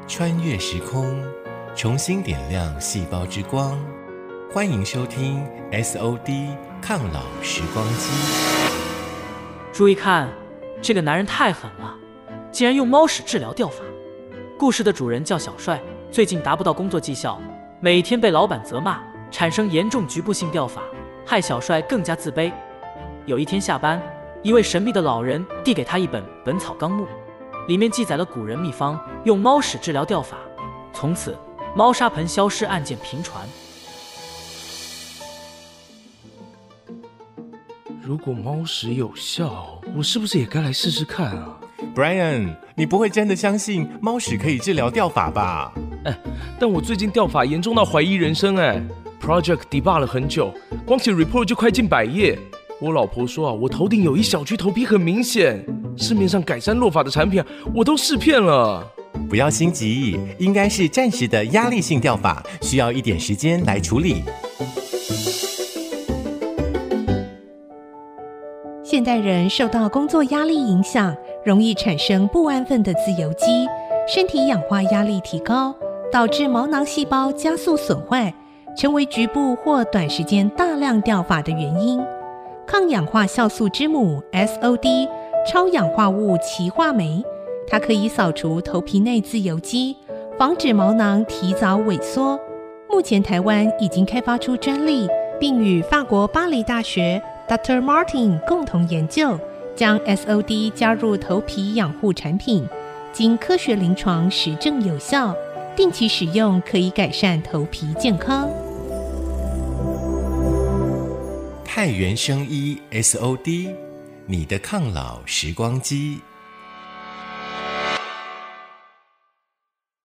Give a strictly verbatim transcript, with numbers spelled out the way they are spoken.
穿越时空，重新点亮细胞之光。欢迎收听 S O D 抗老时光机。 注意看，这个男人太狠了，竟然用猫屎治疗掉发。故事的主人叫小帅，最近达不到工作绩效，每天被老板责骂，产生严重局部性掉发，害小帅更加自卑。有一天下班，一位神秘的老人递给他一本《本草纲目》，里面记载了古人秘方，用猫屎治疗掉发。从此，猫砂盆消失案件频传。 如果猫屎有效，我是不是也该来试试看啊？ Brian， 你不会真的相信猫屎可以治疗掉发吧？ 哎，但我最近掉发严重到怀疑人生哎 ，Project debug 了很久，光写 report 就快近百页。我老婆说啊，我头顶有一小区头皮很明显，市面上改善落发的产品、啊、我都试遍了。 不要心急，应该是暂时的压力性掉发，需要一点时间来处理。 现代人受到工作压力影响，容易产生不安分的自由基，身体氧化压力提高，导致毛囊细胞加速损坏，成为局部或短时间大量掉发的原因。抗氧化酵素之母 S O D 超氧化物歧化酶，它可以扫除头皮内自由基，防止毛囊提早萎缩。目前台湾已经开发出专利，并与法国巴黎大学 Doctor Martin 共同研究，将 S O D 加入头皮养护产品，经科学临床实证有效，定期使用可以改善头皮健康。 太原生医 S O D， 你的抗老时光机。